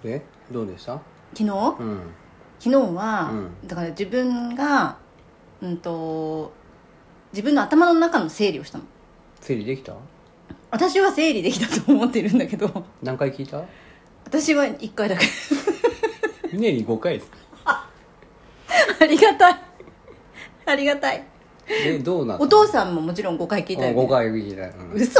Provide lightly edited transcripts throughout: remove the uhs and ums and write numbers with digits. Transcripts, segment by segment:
でどうでした？ 昨日、昨日は、だから自分が自分の頭の中の整理をしたの。 整理できた？ 私は整理できたと思ってるんだけど。 何回聞いた？ 私は1回だけ。 年に5回です。 ありがたいありがたい。 でどうなった？ お父さんももちろん5回聞いたよね。 5回聞いた、 嘘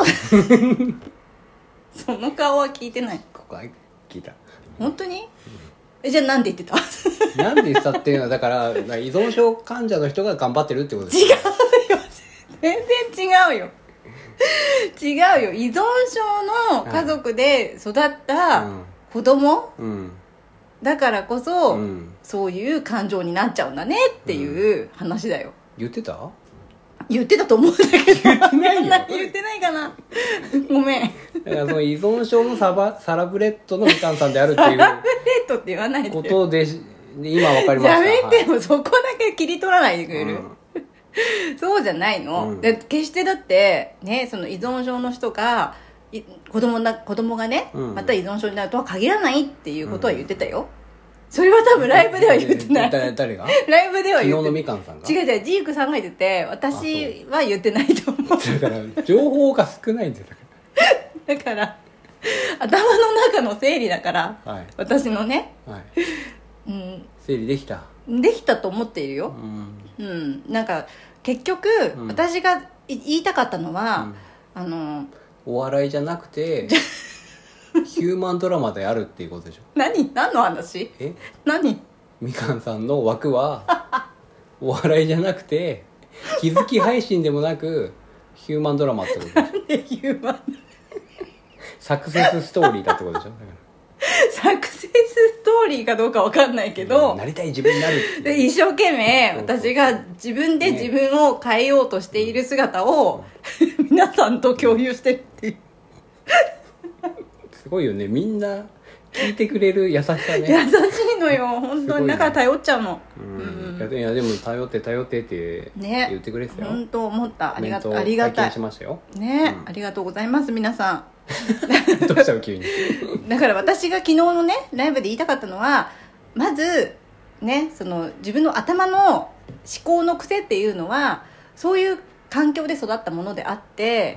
その顔は聞いてない。 5回聞いた。 本当に？じゃあなんで言ってた？ なんで言ったっていうのはだから依存症患者の人が頑張ってるってことです。 違うよ全然違うよ違うよ。依存症の家族で育った子供、だからこそ、そういう感情になっちゃうんだねっていう話だよ。 言ってた？ 言ってたと思うんだけど。 言ってないよ言ってないかなごめん。 だからその依存症のサラブレッドのみかんさんであるっていうサラブレッドって言わないでことで今わかりました。 やめてよ、そこだけ切り取らないでくれる、そうじゃないの、で決してだってね、その依存症の人が子供がね、また依存症になるとは限らないっていうことは言ってたよ、それは多分ライブでは言ってない。 誰が？ ライブでは言ってない。昨日のみかんさんが？ 違う違う、ジークさんが言ってて、私は言ってないと思う。 だから情報が少ないんですよ。 だから頭の中の整理だから、私のね、 整理できた？ できたと思っているよ。なんか結局、私が言いたかったのは、 お笑いじゃなくてヒューマンドラマであるっていうことでしょ。 何の話？何？ みかんさんの枠はお笑いじゃなくて気づき配信でもなくヒューマンドラマってことでしょ。 なんでヒューマンサクセスストーリーだってことでしょ。 サクセスストーリーかどうか分かんないけど、 なりたい自分になるってで一生懸命私が自分で自分を変えようとしている姿を、皆さんと共有してるっていうすごいよね。みんな聞いてくれる優しさね。 優しいのよ本当に、だから頼っちゃうの。 いやでも頼ってって言ってくれてたよ。 本当思った。ありがたい。 拝見しましたよね、ありがとうございます皆さん。 どうしたの急に。 だから私が昨日のねライブで言いたかったのは、まずね、その自分の頭の思考の癖っていうのはそういう環境で育ったものであって、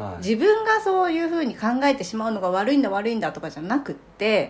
自分がそういう風に考えてしまうのが悪いんだとかじゃなくって、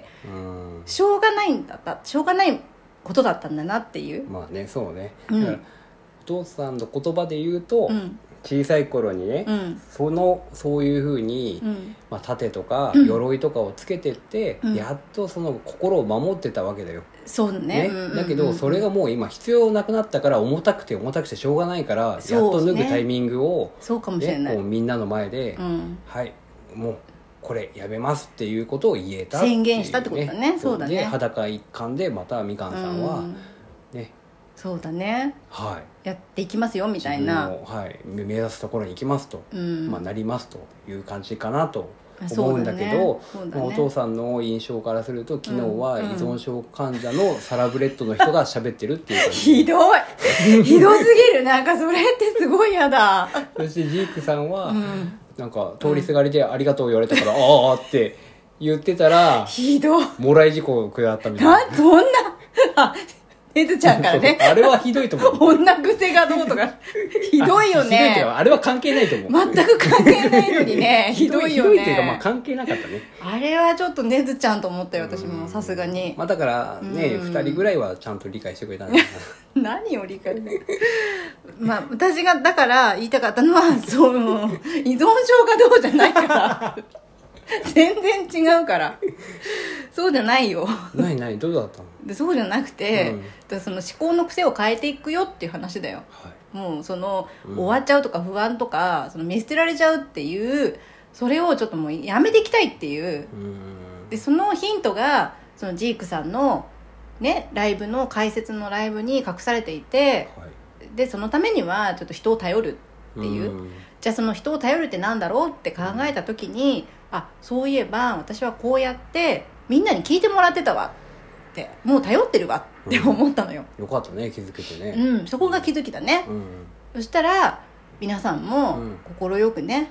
しょうがないことだったんだなっていう。 まあね、そうね、だからお父さんの言葉で言うと、小さい頃にね、そういう風に、盾とか鎧とかをつけてって、やっとその心を守ってたわけだよ。 そうね。 だけどそれがもう今必要なくなったから、重たくてしょうがないから、やっと脱ぐタイミングを、 そうかもしれない。 こうみんなの前で、はいもうこれやめますっていうことを言えたっていう、 宣言したってことだね。そうだね。 で裸一貫でまたみかんさんは、 そうだね、やっていきますよみたいな、目指すところに行きますと、なりますという感じかなと思うんだけど、お父さんの印象からすると、昨日は依存症患者のサラブレッドの人が喋ってるっていう感じ。 ひどいひどすぎる。なんかそれってすごい嫌だ。 そしてジークさんは、なんか通りすがりでありがとう言われたから、ああって言ってたら、 ひどい、 もらい事故を食らったみたいな。 そんなねずちゃんからねあれはひどいと思う。 女癖がどうとかひどいよね。 ひどいっていうか、あれは関係ないと思う。 全く関係ないのにねひどいよね。 ひどいっていうか、関係なかったね。 あれはちょっとねずちゃんと思ったよ私も。さすがにだからね、2人ぐらいはちゃんと理解してくれたんだ何を理解して私がだから言いたかったのは、その依存症がどうじゃないから全然違うから。そうじゃないよ。 何どうだったの？ でそうじゃなくて、その思考の癖を変えていくよっていう話だよ、もうその、終わっちゃうとか不安とか、その見捨てられちゃうっていう、それをちょっともうやめていきたいっていう、でそのヒントがそのジークさんのねライブの解説のライブに隠されていて、でそのためにはちょっと人を頼るっていう、じゃあその人を頼るってなんだろうって考えた時に、そういえば私はこうやってみんなに聞いてもらってたわって、もう頼ってるわって思ったのよ。 よかったね、気づけてね。 そこが気づきだね。そしたら皆さんも快くね、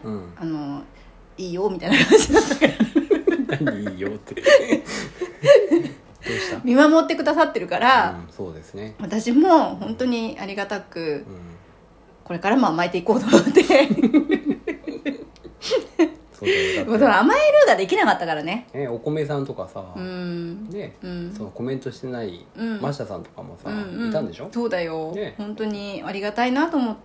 いいよみたいな感じだったから何いいよって見守ってくださってるから、 そうですね、 私も本当にありがたく、これからも甘えていこうと思ってその甘えるができなかったからね。 お米さんとかさ、ね、そのコメントしてないマシャさんとかもさ、いたんでしょ。 そうだよ、本当にありがたいなと思って、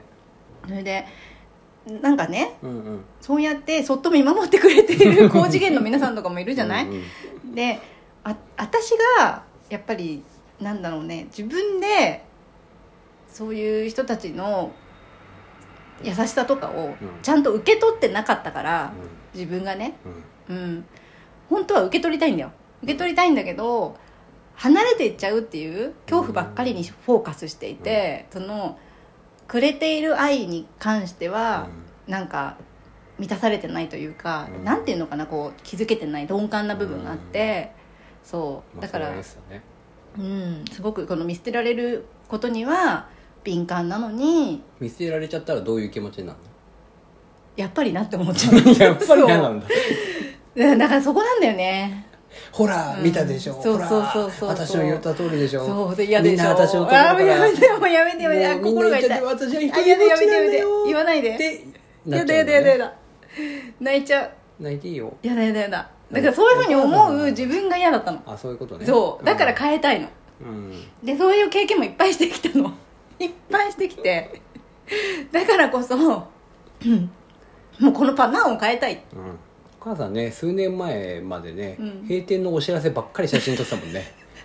それでなんかね、そうやってそっと見守ってくれている高次元の皆さんとかもいるじゃないで、私がやっぱりなんだろうね、自分でそういう人たちの優しさとかをちゃんと受け取ってなかったから、自分がね、本当は受け取りたいんだよ。受け取りたいんだけど離れていっちゃうっていう恐怖ばっかりにフォーカスしていて、そのくれている愛に関してはなんか満たされてないというか、なんていうのかな、こう気づけてない鈍感な部分があって、そうだから、すごくこの見捨てられることには敏感なのに。 見捨てられちゃったらどういう気持ちになるの？ やっぱりなって思っちゃうやっぱり嫌なんだだからそこなんだよね。 ほら見たでしょ、 そう私の言った通りでしょ。 そうで嫌でしょ。 みんな私のところからやめて心が痛い。 私は一人ぼっちなんだよ。 言わないで。やだ泣いちゃう。 泣いていいよ。 やだだからそういうふうに思う自分が嫌だったの。 そういうことね。 そうだから変えたいの。でそういう経験もいっぱいしてきたの。いっぱいしてきて、だからこそもうこのパターンを変えたい。 お母さんね、数年前までね、閉店のお知らせばっかり写真撮ってたもんね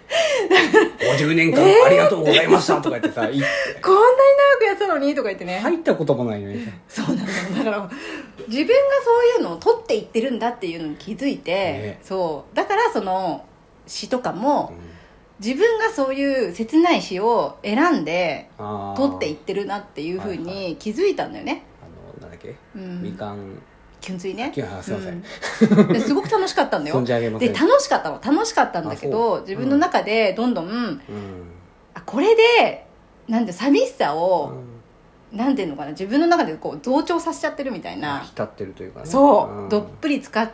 50年間ありがとうございましたとか言ってさ、こんなに長くやったのにとか言ってね、 入ったこともないのに。 そうなんだよ。だから自分がそういうのを撮っていってるんだっていうのに気づいて、そうだからその詩とかも、自分がそういう切ない詩を選んで撮っていってるなっていうふうに気づいたんだよね。 なんだっけ、みかんキュンツイね。 すいません、 ですごく楽しかったんだよ。で楽しかったんだけど、自分の中でどんどん、これでなんで寂しさを、なんていうのかな、自分の中でこう増長させちゃってるみたいな、 浸ってるというかね。 そう、どっぷり使って、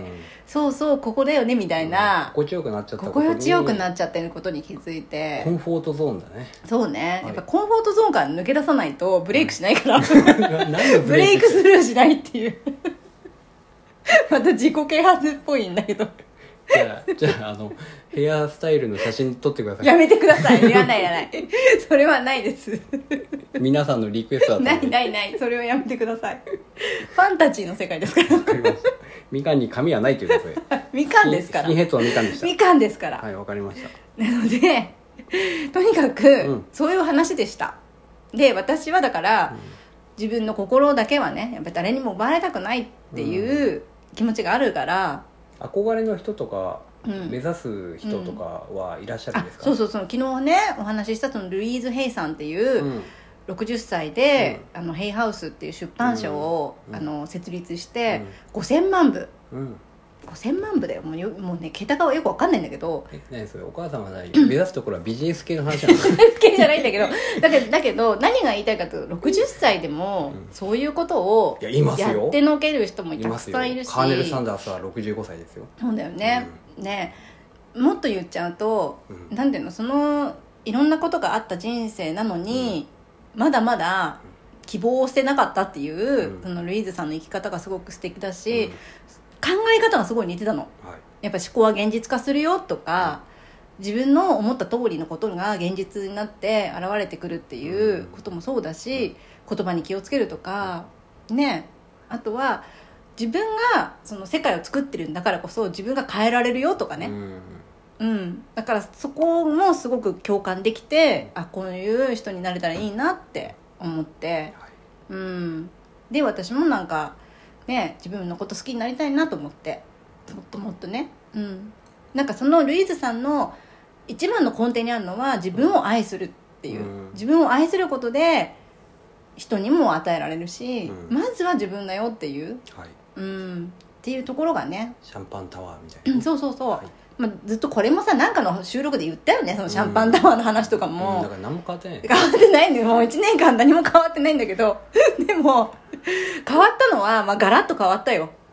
そうここだよねみたいな、 心地よくなっちゃった心地よくなっちゃってることに気づいて、 コンフォートゾーンだね。 そうね、やっぱコンフォートゾーンから抜け出さないとブレイクしないからブレイクスルーしないっていうまた自己啓発っぽいんだけどじゃあヘアスタイルの写真撮ってください。 やめてください。いらないそれはないです皆さんのリクエストだったのでないそれはやめてください。ファンタジーの世界ですからわかりました。みかんに髪はないということでみかんですから。 スキンヘッドはみかんでした。 みかんですから。 はい、わかりました。 なのでとにかく、そういう話でした。で私はだから、自分の心だけはね、やっぱり誰にも奪われたくないっていう気持ちがあるから、 憧れの人とか、目指す人とかはいらっしゃるんですか？ そう昨日ねお話ししたそのルイーズ・ヘイさんっていう、60歳で、ヘイハウスっていう出版社を、設立して、5000万部、5000万部だよ。もうね桁がよく分かんないんだけど。 何それ、お母さんは何、目指すところはビジネス系の話なの？ ビジネス系じゃないんだけどだけど何が言いたいかというと、60歳でもそういうことをやってのける人もたくさんいるし、 カーネル・サンダースは65歳ですよ。 そうだよね、ね、もっと言っちゃうと、なんていうの、そのいろんなことがあった人生なのに、まだまだ希望を捨てなかったっていう、そのルイーズさんの生き方がすごく素敵だし、考え方がすごい似てたの、やっぱ思考は現実化するよとか、自分の思った通りのことが現実になって現れてくるっていうこともそうだし、言葉に気をつけるとかね、あとは自分がその世界を作ってるんだからこそ自分が変えられるよとかね、だからそこもすごく共感できて、こういう人になれたらいいなって思って、で私もなんかね、自分のこと好きになりたいなと思って、もっとね、なんかそのルイーズさんの一番の根底にあるのは自分を愛するっていう、自分を愛することで人にも与えられるし、まずは自分だよっていう、っていうところがね、 シャンパンタワーみたいな、 そう、ずっとこれもさ、なんかの収録で言ったよね、そのシャンパンタワーの話とかも、 だから何も変わってない、 変わってないんだよ。もう1年間何も変わってないんだけどでも変わったのは、ガラッと変わったよ。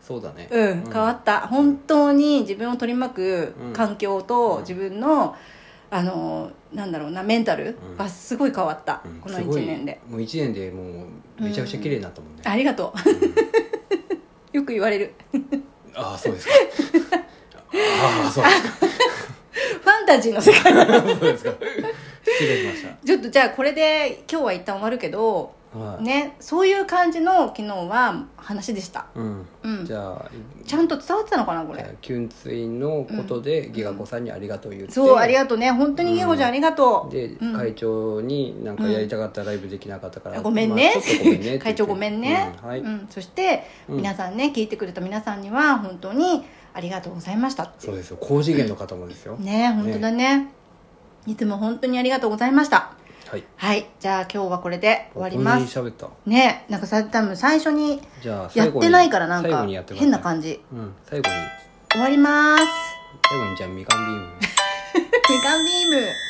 そうだね、 変わった。本当に自分を取り巻く環境と自分の、なんだろうな、メンタルがすごい変わった、この1年で。 もう1年でもうめちゃくちゃ綺麗になったもんね、 ありがとう、よく言われる。 ああそうですかああそうですかファンタジーの世界そうですか失礼しました。 ちょっとじゃあこれで今日は一旦終わるけど、ね、そういう感じの昨日は話でした、 じゃあちゃんと伝わってたのかなこれ。 キュンツインのことでギガ子さんにありがとう言って、 そうありがとうね、本当にギガ子ちゃんありがとう、 で、会長になんかやりたかったライブできなかったから、 ごめんね、 ちょっとごめんね会長ごめんね、そして、皆さんね、聞いてくれた皆さんには本当にありがとうございましたって。 そうですよ、高次元の方もですよ、 ね、本当だね、いつも本当にありがとうございました。はい、じゃあ今日はこれで終わります。 こんなに喋ったね、なんかさ、多分最初にやってないからなんか変な感じ。 最後に終わります。 最後にじゃあみかんビームみかんビーム